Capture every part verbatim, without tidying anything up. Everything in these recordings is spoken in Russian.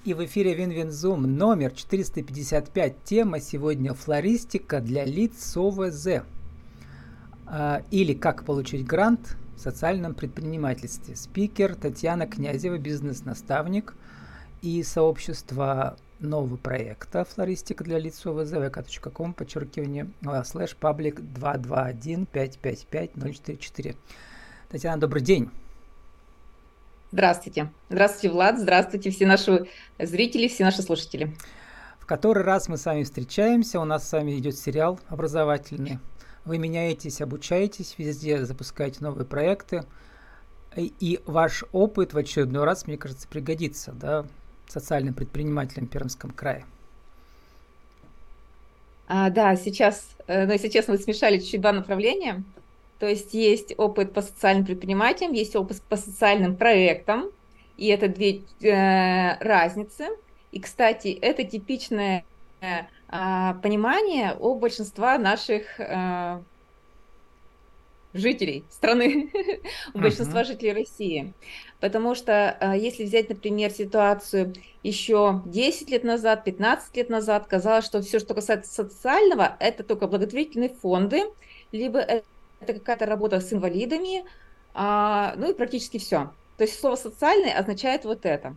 И в эфире Вин-Вин-Зум номер четыреста пятьдесят пять. Тема сегодня «Флористика для лиц с О В З». А, или «Как получить грант в социальном предпринимательстве». Спикер Татьяна Князева, бизнес-наставник и сообщество нового проекта «Флористика для лиц с О В З» вэ ка точка ком, подчеркивание, слэш паблик два два один пять пять пять ноль четыре четыре. Татьяна, добрый день. Здравствуйте. Здравствуйте, Влад. Здравствуйте, все наши зрители, все наши слушатели. В который раз мы с вами встречаемся. У нас с вами идет сериал образовательный. Вы меняетесь, обучаетесь, везде запускаете новые проекты. И, и ваш опыт в очередной раз, мне кажется, пригодится, да, социальным предпринимателям в Пермском крае. А, да, сейчас, ну, если честно, вы смешали чуть-чуть два направления. То есть есть опыт по социальным предпринимателям, есть опыт по социальным проектам, и это две э, разницы. И, кстати, это типичное э, понимание у большинства наших э, жителей страны, у большинства жителей России. Потому что э, если взять, например, ситуацию еще десять лет назад, пятнадцать лет назад, казалось, что все, что касается социального, это только благотворительные фонды, либо это это какая-то работа с инвалидами, а, ну и практически все. То есть слово «социальный» означает вот это.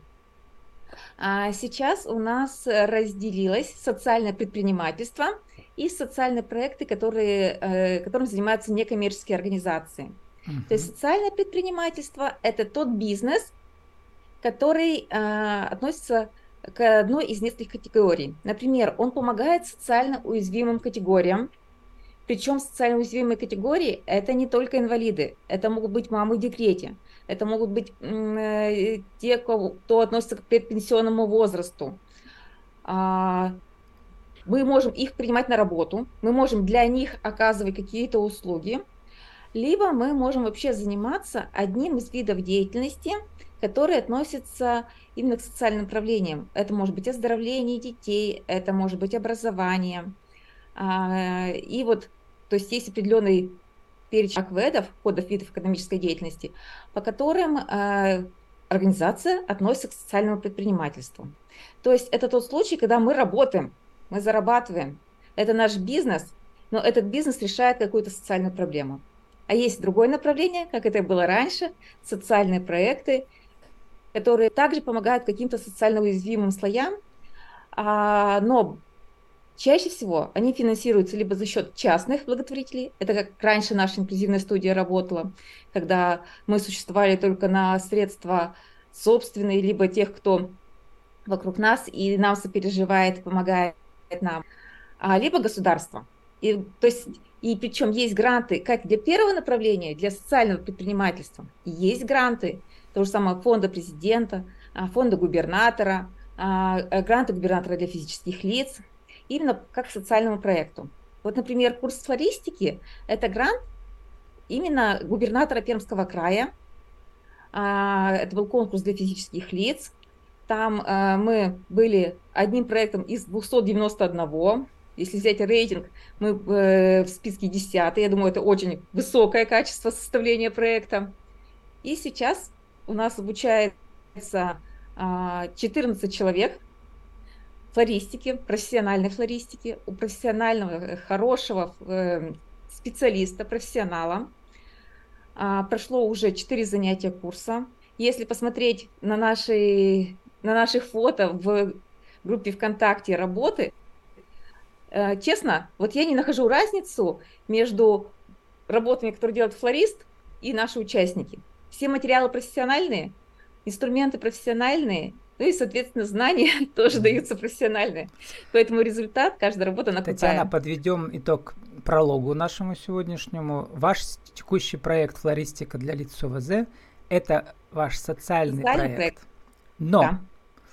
А сейчас у нас разделилось социальное предпринимательство и социальные проекты, которые, э, которым занимаются некоммерческие организации. Uh-huh. То есть социальное предпринимательство – это тот бизнес, который э, относится к одной из нескольких категорий. Например, он помогает социально уязвимым категориям. Причем социально уязвимые категории – это не только инвалиды, это могут быть мамы в декрете, это могут быть э, те, кто относится к предпенсионному возрасту. А, мы можем их принимать на работу, мы можем для них оказывать какие-то услуги, либо мы можем вообще заниматься одним из видов деятельности, которые относятся именно к социальным направлениям. Это может быть оздоровление детей, это может быть образование. А, и вот То есть есть определенный перечень КВЭДов, кодов видов экономической деятельности, по которым э, организация относится к социальному предпринимательству. То есть это тот случай, когда мы работаем, мы зарабатываем, это наш бизнес, но этот бизнес решает какую-то социальную проблему. А есть другое направление, как это было раньше, социальные проекты, которые также помогают каким-то социально уязвимым слоям, а, но чаще всего они финансируются либо за счет частных благотворителей, это как раньше наша инклюзивная студия работала, когда мы существовали только на средства собственные, либо тех, кто вокруг нас и нам сопереживает, помогает нам, а, либо государство. И, то есть, и причем есть гранты как для первого направления, для социального предпринимательства, есть гранты того же самого фонда президента, фонда губернатора, гранты губернатора для физических лиц, именно как к социальному проекту. Вот, например, курс флористики – это грант именно губернатора Пермского края. Это был конкурс для физических лиц. Там мы были одним проектом из двухсот девяноста одного. Если взять рейтинг, мы в списке десятый. Я думаю, это очень высокое качество составления проекта. И сейчас у нас обучается четырнадцать человек флористики, профессиональной флористики, у профессионального, хорошего специалиста, профессионала. Прошло уже четыре занятия курса. Если посмотреть на наши, на наши фото в группе ВКонтакте работы, честно, вот я не нахожу разницу между работами, которые делает флорист, и наши участники. Все материалы профессиональные, инструменты профессиональные, ну и, соответственно, знания тоже mm-hmm. даются профессиональные. Поэтому результат, каждая работа, она крутая. Татьяна, подведем итог прологу нашему сегодняшнему. Ваш текущий проект «Флористика для лиц с О В З» – это ваш социальный, социальный проект. проект. Но да.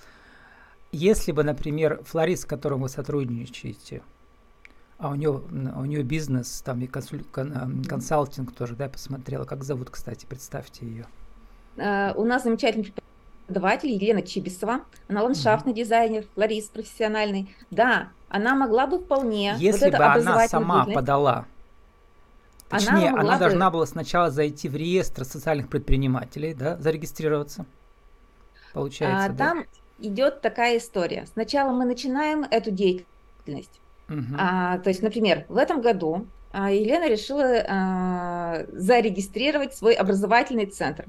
Если бы, например, флорист, с которым вы сотрудничаете, а у него, у него бизнес, там и консуль, консалтинг тоже, да, я посмотрела, как зовут, кстати, представьте ее. Uh, у нас замечательный преподаватель Елена Чибисова, она ландшафтный mm-hmm. дизайнер, флорист профессиональный. Да, она могла бы вполне... Если вот бы она сама подала, точнее, она, она должна бы... была сначала зайти в реестр социальных предпринимателей, да, зарегистрироваться, получается, а, да? Там идет такая история. Сначала мы начинаем эту деятельность. Мгм. А, то есть, например, в этом году а, Елена решила а, зарегистрировать свой образовательный центр.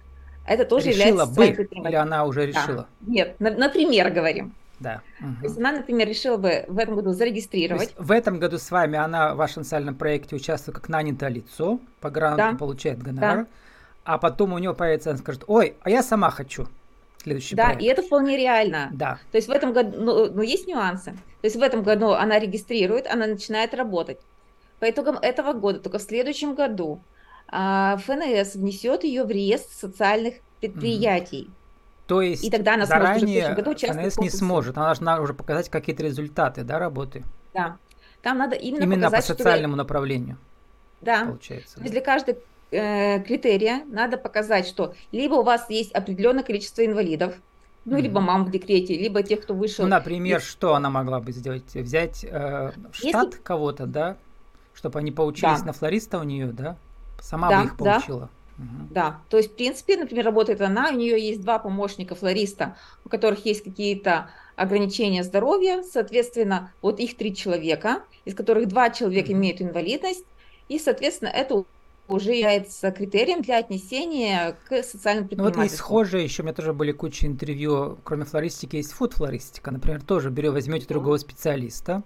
Это тоже Решила является социальным бы, или предпринимательством. она уже Да. решила? Нет, на- например, говорим. Да. То есть Мгм. она, например, решила бы в этом году То есть зарегистрировать. в этом году с вами она в вашем социальном проекте участвует как нанятое лицо, по гранту Да, получает да, гонорар, а потом у нее появится, она скажет, ой, а я сама хочу следующий да, и это проект. вполне реально. Да. То есть в этом году, ну, ну, есть нюансы. То есть в этом году она регистрирует, она начинает работать. По итогам этого года, только в следующем году, а, эф эн эс внесет ее в реестр социальных Мгм. предприятий. То И есть тогда она сможет уже в следующем году заранее участвовать в эф эн эс не конкурсе. сможет, она должна уже показать какие-то результаты, да, работы. Да. Там надо именно Именно по показать, что вы... социальному направлению, Да. получается, То есть да. для каждой э, критерия надо показать, что либо у вас есть определенное количество инвалидов, ну, либо Мгм. мам в декрете, либо тех, кто Ну, вышел например, из... что она могла бы сделать? Взять э, в штат Если... кого-то, да, чтобы они поучились Да, на флориста у нее, да? Сама бы да, их да, поучила. Мгм. да. То есть, в принципе, например, работает она, у нее есть два помощника флориста, у которых есть какие-то ограничения здоровья, соответственно, вот их три человека, из которых два человека Мгм. имеют инвалидность, и, соответственно, это уже является критерием для отнесения к социальному Ну вот есть предпринимательству. схожие, еще у меня тоже были куча интервью, кроме флористики, есть фуд-флористика. Например, тоже берете, возьмете Да. другого специалиста,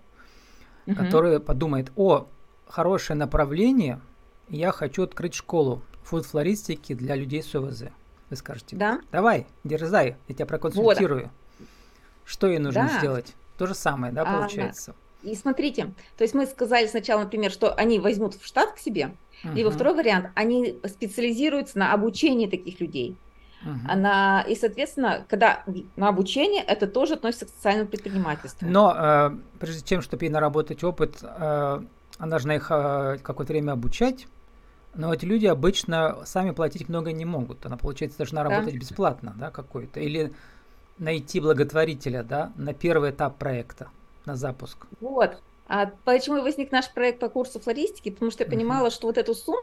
Мгм. который подумает, о, хорошее направление, я хочу открыть школу фуд-флористики для людей с о вэ зэ. Вы скажете, Да, давай, дерзай, я тебя вот, проконсультирую. Что ей нужно да. сделать? То же самое, да, А, получается? и смотрите, то есть мы сказали сначала, например, что они возьмут в штат к себе, либо Мгм, второй вариант, они специализируются на обучении таких людей. мгм. Она, и, соответственно, когда на обучение, это тоже относится к социальному предпринимательству. Но э, прежде чем, чтобы ей наработать опыт, э, она должна их э, какое-то время обучать. Но эти люди обычно сами платить много не могут. Она, получается, должна Да? работать бесплатно, да, какой-то. Или найти благотворителя, да, на первый этап проекта, на запуск. Вот. А почему и возник наш проект по курсу флористики? Потому что я Мгм. понимала, что вот эту сумму,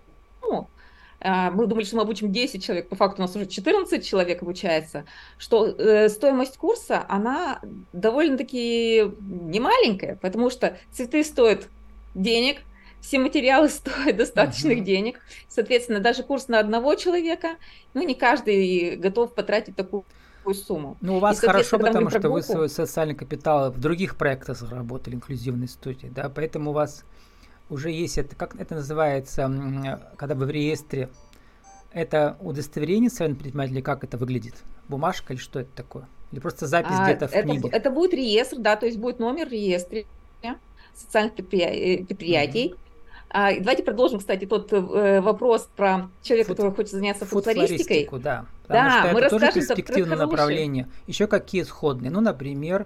а, мы думали, что мы обучим десять человек, по факту у нас уже четырнадцать человек обучается, что э, стоимость курса, она довольно-таки немаленькая, потому что цветы стоят денег, все материалы стоят достаточных Мгм. денег. Соответственно, даже курс на одного человека, ну, не каждый готов потратить такую сумму. Ну, у И, вас хорошо, соответственно, когда мы потому говорим про что вы свой группу, социальный капитал в других проектах заработали, инклюзивной студии, да, поэтому у вас уже есть это, как это называется, м, когда вы в реестре, это удостоверение социального предпринимателя, как это выглядит? Бумажка или что это такое? Или просто запись А, где-то в это, б- книге? это будет реестр, да, то есть будет номер реестра социальных предприя- э, Мгм. предприятий. А, и давайте продолжим, кстати, тот э, вопрос про человека, Фуд, который хочет заняться фудфлористикой. фуд-флористику, да. Потому что Да, мы это тоже расскажем там про перспективное хороший. направление. Еще какие сходные. Ну, например,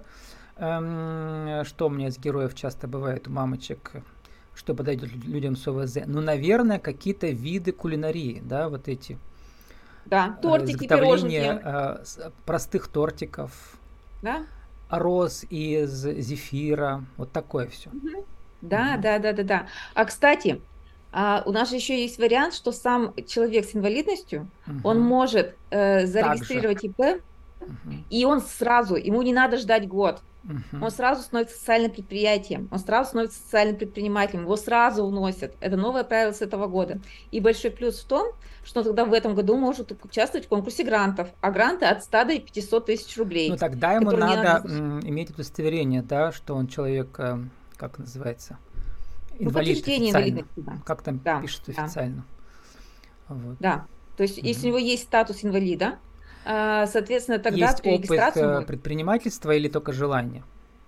эм, что у меня из героев часто бывает у мамочек, что подойдет лю- людям с о вэ зэ. Ну, наверное, какие-то виды кулинарии, да, вот эти Да, э, тортики, изготовление пироженки, э, с- простых тортиков, да. роз из зефира, вот такое все. Мгм. Да, да, да, да, да. А, кстати, а, у нас же еще есть вариант, что сам человек с инвалидностью, он может э, Также. зарегистрировать и пэ, Мгм. и он сразу, ему не надо ждать год. Он Мгм. сразу становится социальным предприятием, он сразу становится социальным предпринимателем, его сразу вносят. Это новое правило с этого года. И большой плюс в том, что он тогда в этом году может участвовать в конкурсе грантов, а гранты от ста до пятисот тысяч Ну, рублей, тогда ему которые не надо надо... м, иметь удостоверение, да, что он человек, э, как называется, Ну, инвалид подтверждение официально. инвалидности, да. Как там Да, пишет да, официально. Вот. да. То есть, если у Мгм. него есть статус инвалида, а, соответственно, тогда Есть при опыт регистрации он э, будет. предпринимательства или только желание?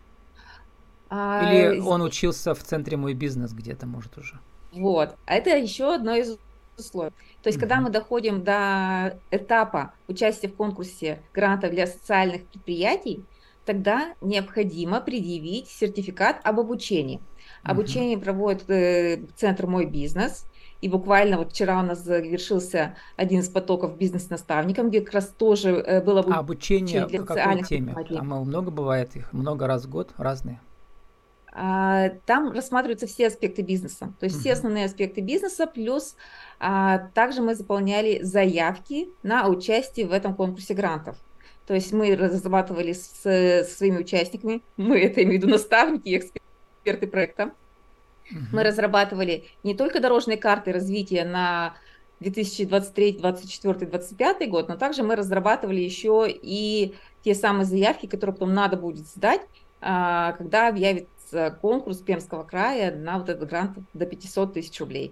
А, Или он учился в центре «Мой бизнес» где-то, может, уже? Вот. А это еще одно из условий. То есть, когда Мгм. мы доходим до этапа участия в конкурсе грантов для социальных предприятий, тогда необходимо предъявить сертификат об обучении. Мгм. Обучение проводит э, Центр «Мой бизнес». И буквально вот вчера у нас завершился один из потоков бизнес-наставником, где как раз тоже э, было А обучение обучение для по какой социальных теме? предпринимателей. Там э, много бывает их, много раз в год, разные. А, Там рассматриваются все аспекты бизнеса, то есть все Мгм. основные аспекты бизнеса, плюс а, также мы заполняли заявки на участие в этом конкурсе грантов. То есть мы разрабатывали с, со своими участниками, мы это имею в виду наставники и эксперты проекта, Мгм. мы разрабатывали не только дорожные карты развития на две тысячи двадцать третий, двадцать четвёртый, двадцать пятый год, но также мы разрабатывали еще и те самые заявки, которые потом надо будет сдать, а, когда объявится конкурс Пермского края на вот этот грант до пятьсот тысяч рублей.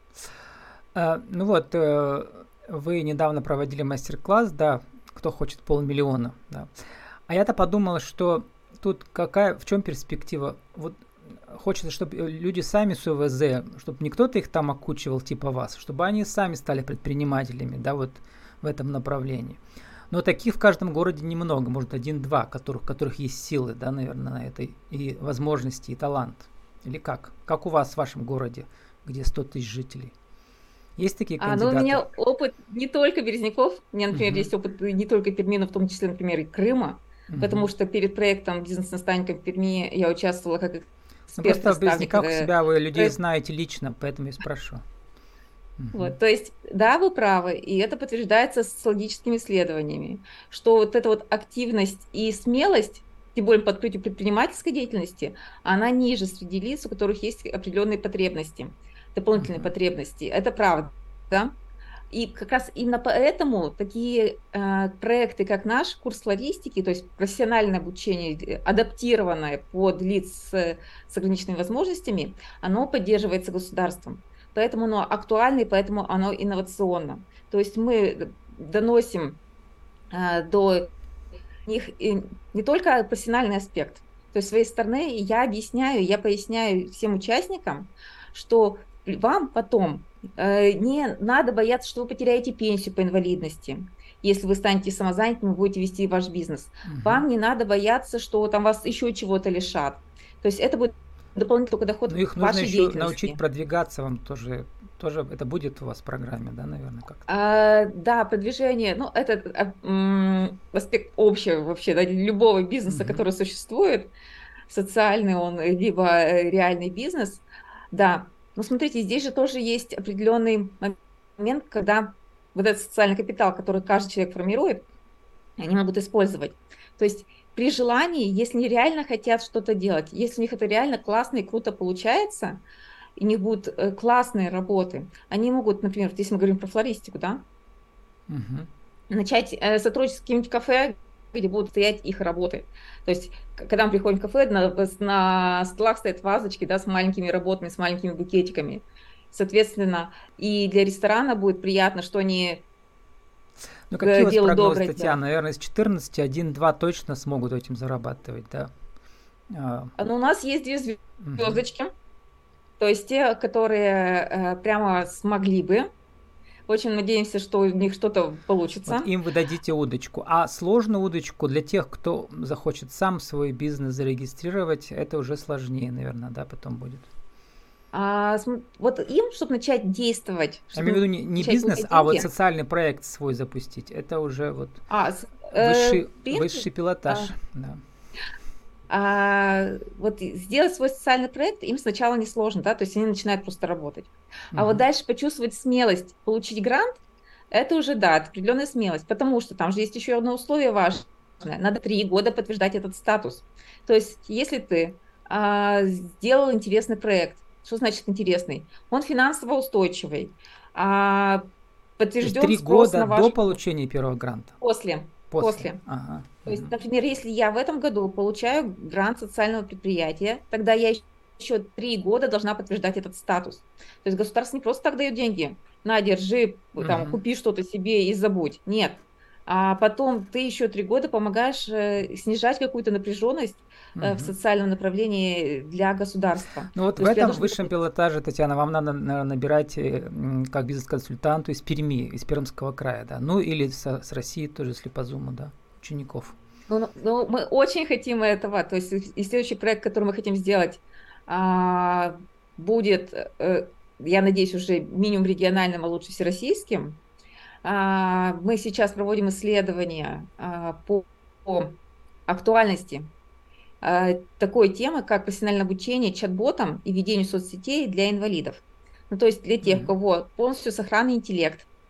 А, ну вот, э, вы недавно проводили мастер-класс, да, кто хочет полмиллиона, да. А я-то подумала, что тут какая, в чем перспектива? Вот хочется, чтобы люди сами с ОВЗ, чтобы не кто-то их там окучивал типа вас, чтобы они сами стали предпринимателями, да, вот в этом направлении. Но таких в каждом городе немного, может один-два, которых, которых есть силы, да, наверное, на это, и возможности, и талант. Или как? Как у вас в вашем городе, где сто тысяч жителей? Есть такие А, ну, у кандидаты? меня опыт не только Березняков, у меня, например, Мгм. есть опыт не только Перми, но в том числе, например, и Крыма, Мгм. потому что перед проектом «Бизнес-наставником в Перми» я участвовала как Ну просто в эксперт-наставник. Березняках у э, себя вы людей проект- знаете лично, поэтому я спрошу. Мгм. Вот, то есть, да, вы правы, и это подтверждается социологическими исследованиями, что вот эта вот активность и смелость, тем более по открытию предпринимательской деятельности, она ниже среди лиц, у которых есть определенные потребности, дополнительные Мгм. потребности. Это правда, да? И как раз именно поэтому такие э, проекты, как наш курс флористики, то есть профессиональное обучение, э, адаптированное под лиц с, с ограниченными возможностями, оно поддерживается государством. Поэтому оно актуально и поэтому оно инновационно. То есть мы доносим э, до них и не только профессиональный аспект. То есть с своей стороны я объясняю, я поясняю всем участникам, что вам потом э, не надо бояться, что вы потеряете пенсию по инвалидности, если вы станете самозанятым и будете вести ваш бизнес. Мгм. Вам не надо бояться, что там вас еще чего-то лишат. То есть это будет дополнительный только доход Ну к их нужно вашей еще научить деятельности. продвигаться вам тоже. Тоже это будет у вас в программе, да, наверное, как-то. А, да, продвижение, ну, это а, м, аспект общий вообще, да, любого бизнеса, Мгм. который существует, социальный он, э, либо э, реальный бизнес, да. Но смотрите, здесь же тоже есть определенный момент, когда вот этот социальный капитал, который каждый человек формирует, они могут использовать. То есть при желании, если они реально хотят что-то делать, если у них это реально классно и круто получается, и у них будут э, классные работы, они могут, например, вот если мы говорим про флористику, да, Мгм. начать э, сотрудничать с каким-нибудь кафе, где будут стоять их работы. То есть, к- когда мы приходим в кафе, на, на столах стоят вазочки, да, с маленькими работами, с маленькими букетиками. Соответственно, и для ресторана будет приятно, что они Ну какие э, у вас делают прогнозы, доброе дело. Татьяна? Наверное, из четырнадцати один-два точно смогут этим зарабатывать, да? А, А, Но у нас есть две мгм. звездочки, то есть те, которые э, прямо смогли бы. Очень надеемся, что у них что-то Вот получится. им вы дадите удочку. А сложную удочку для тех, кто захочет сам свой бизнес зарегистрировать, это уже сложнее, наверное, да, потом будет. А, см- вот им, чтобы начать действовать, Я имею в чтобы виду не, не начать бизнес, получать а вот деньги, социальный проект свой запустить. Это уже вот а, с- э, в высший, принципе, высший пилотаж. Да. А, вот и сделать свой социальный проект им сначала несложно, да, то есть они начинают просто работать. А вот Мгм. дальше почувствовать смелость, получить грант, это уже, да, определенная смелость, потому что там же есть еще одно условие важное. Надо три года подтверждать этот статус. То есть если ты а, сделал интересный проект, что значит интересный? Он финансово устойчивый, а, То есть подтвержден три спрос года на до вашу получения первого гранта. после, После. после. Ага. То есть, Мгм. например, если я в этом году получаю грант социального предприятия, тогда я еще три года должна подтверждать этот статус. То есть государство не просто так дает деньги. На, держи, там, Мгм. купи что-то себе и забудь. Нет. А потом ты еще три года помогаешь э, снижать какую-то напряженность э, в Мгм. социальном направлении для государства. Ну вот То в есть у тебя этом должен высшем быть... пилотаже, Татьяна, вам надо, наверное, набирать э, м, как бизнес-консультанту из Перми, из Пермского края, да. Ну или со- с России тоже, если по Зуму, да, учеников. Ну, ну, ну, мы очень хотим этого. То есть и следующий проект, который мы хотим сделать, а, будет, э, я надеюсь, уже минимум региональным, а лучше всероссийским. А, Мы сейчас проводим исследования а, по по актуальности а, такой темы, как профессиональное обучение чат-ботам и ведению соцсетей для инвалидов. Ну, то есть для тех, у Мгм. кого полностью сохранный интеллект,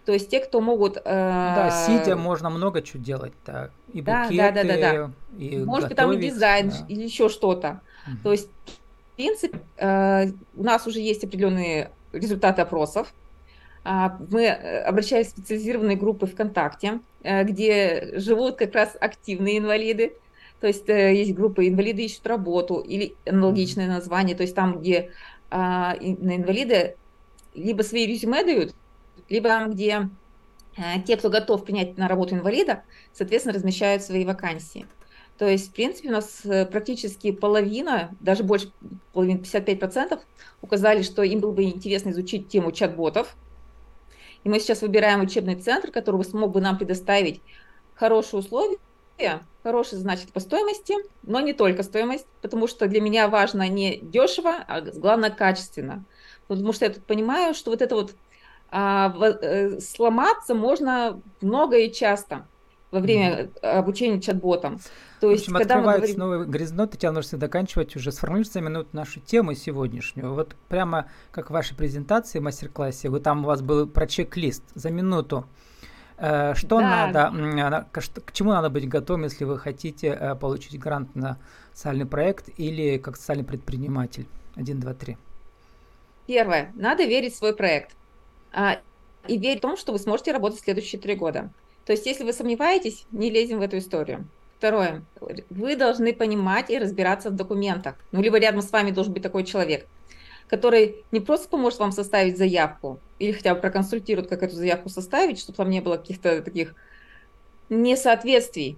То есть те, кто могут... Ну да, сидя э, можно много чего делать, да. И Да, да, да, да, да. букеты, и Может быть, там и готовить, дизайн ш- да. или еще что-то. То Мгм. есть, в принципе, э, у нас уже есть определенные результаты опросов. А, Мы э, обращались в специализированные группы ВКонтакте, э, где живут как раз активные инвалиды. То есть э, есть группа «Инвалиды ищут работу» или Мгм. аналогичное название. То есть там, где а, и- на инвалиды либо свои резюме дают, либо там, где э, те, кто готов принять на работу инвалида, соответственно, размещают свои вакансии. То есть, в принципе, у нас э, практически половина, даже больше половины, пятьдесят пять процентов указали, что им было бы интересно изучить тему чат-ботов. И мы сейчас выбираем учебный центр, который бы смог бы нам предоставить хорошие условия, хорошие, значит, по стоимости, но не только стоимость, потому что для меня важно не дешево, а главное качественно. Потому что я тут понимаю, что вот это вот а, во- э, сломаться можно много и часто во Мгм. время э, обучения чат-ботам. То В есть, общем, когда мы открывается говорим, новый горизонт. Татьяна, нужно заканчивать уже. Сформулируйте за минуту нашу тему сегодняшнюю. Вот прямо как в вашей презентации, мастер-классе, вы там у вас был про чек-лист за минуту. Э, Что да, надо, м, на- к ш- к чему надо быть готовым, если вы хотите э, получить грант на социальный проект или как социальный предприниматель? Один, два, три. первое, надо верить в свой проект. а, и верить в том, что вы сможете работать в следующие три года. То есть, если вы сомневаетесь, не лезем в эту историю. Второе. Вы должны понимать и разбираться в документах. Ну, либо рядом с вами должен быть такой человек, который не просто поможет вам составить заявку или хотя бы проконсультирует, как эту заявку составить, чтобы там не было каких-то таких несоответствий,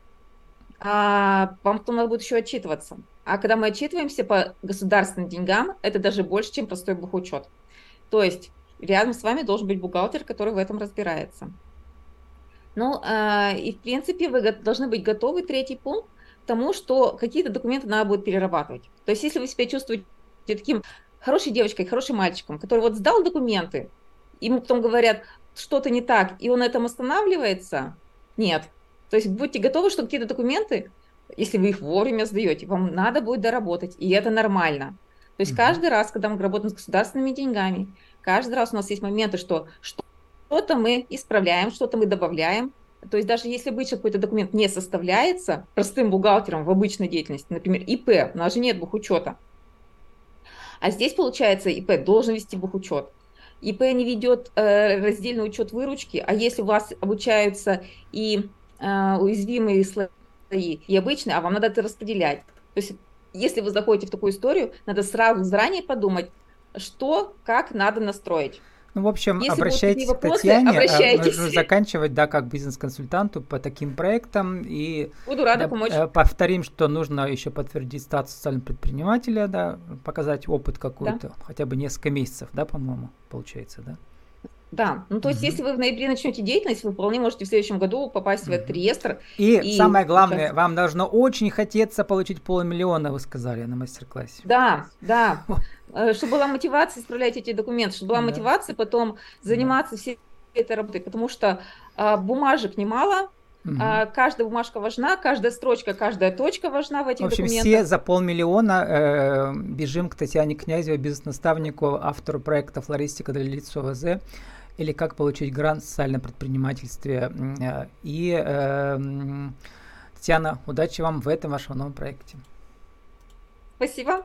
а вам потом надо будет еще отчитываться. А когда мы отчитываемся по государственным деньгам, это даже больше, чем простой бухучет. То есть рядом с вами должен быть бухгалтер, который в этом разбирается. Ну, а, и в принципе вы го- должны быть готовы, третий пункт, к тому, что какие-то документы надо будет перерабатывать. То есть если вы себя чувствуете таким хорошей девочкой, хорошим мальчиком, который вот сдал документы, ему потом говорят, что-то не так, и он на этом останавливается, нет. То есть будьте готовы, что какие-то документы, если вы их вовремя сдаете, вам надо будет доработать, и это нормально. То есть Мгм. каждый раз, когда мы работаем с государственными деньгами, каждый раз у нас есть моменты, что что-то мы исправляем, что-то мы добавляем. То есть даже если обычно какой-то документ не составляется простым бухгалтером в обычной деятельности, например, ИП, у нас же нет бухучета, а здесь, получается, ИП должен вести бухучет. ИП не ведет э, раздельный учет выручки, а если у вас обучаются и э, уязвимые слои, и обычные, а вам надо это распределять. То есть если вы заходите в такую историю, надо сразу заранее подумать, что, как надо настроить. Ну, в общем, Если будут такие обращайтесь к вопросы, Татьяне. э, Нужно обращайтесь. заканчивать, да, как бизнес-консультанту по таким проектам. И Буду рада да, помочь. э, повторим, что нужно еще подтвердить статус социального предпринимателя, да, показать опыт Да, какой-то, хотя бы несколько месяцев, да, по-моему, получается, да? да. Ну, то есть, Мгм. если вы в ноябре начнете деятельность, вы вполне можете в следующем году попасть в этот Мгм. реестр И и самое главное, участвовать. вам должно очень хотеться получить полмиллиона, вы сказали на мастер-классе. Да, да. Э, Чтобы была мотивация исправлять эти документы, чтобы была Да, мотивация потом да. заниматься всей этой работой, потому что а, бумажек немало, Мгм. а, каждая бумажка важна, каждая строчка, каждая точка важна в В этих общем, все документах. за полмиллиона э, бежим к Татьяне Князевой, бизнес-наставнику, автору проекта «Флористика для лиц ОВЗ» или «Как получить грант в социальном предпринимательстве». М, э, И, э, м, Татьяна, удачи вам в этом вашем новом проекте. Спасибо.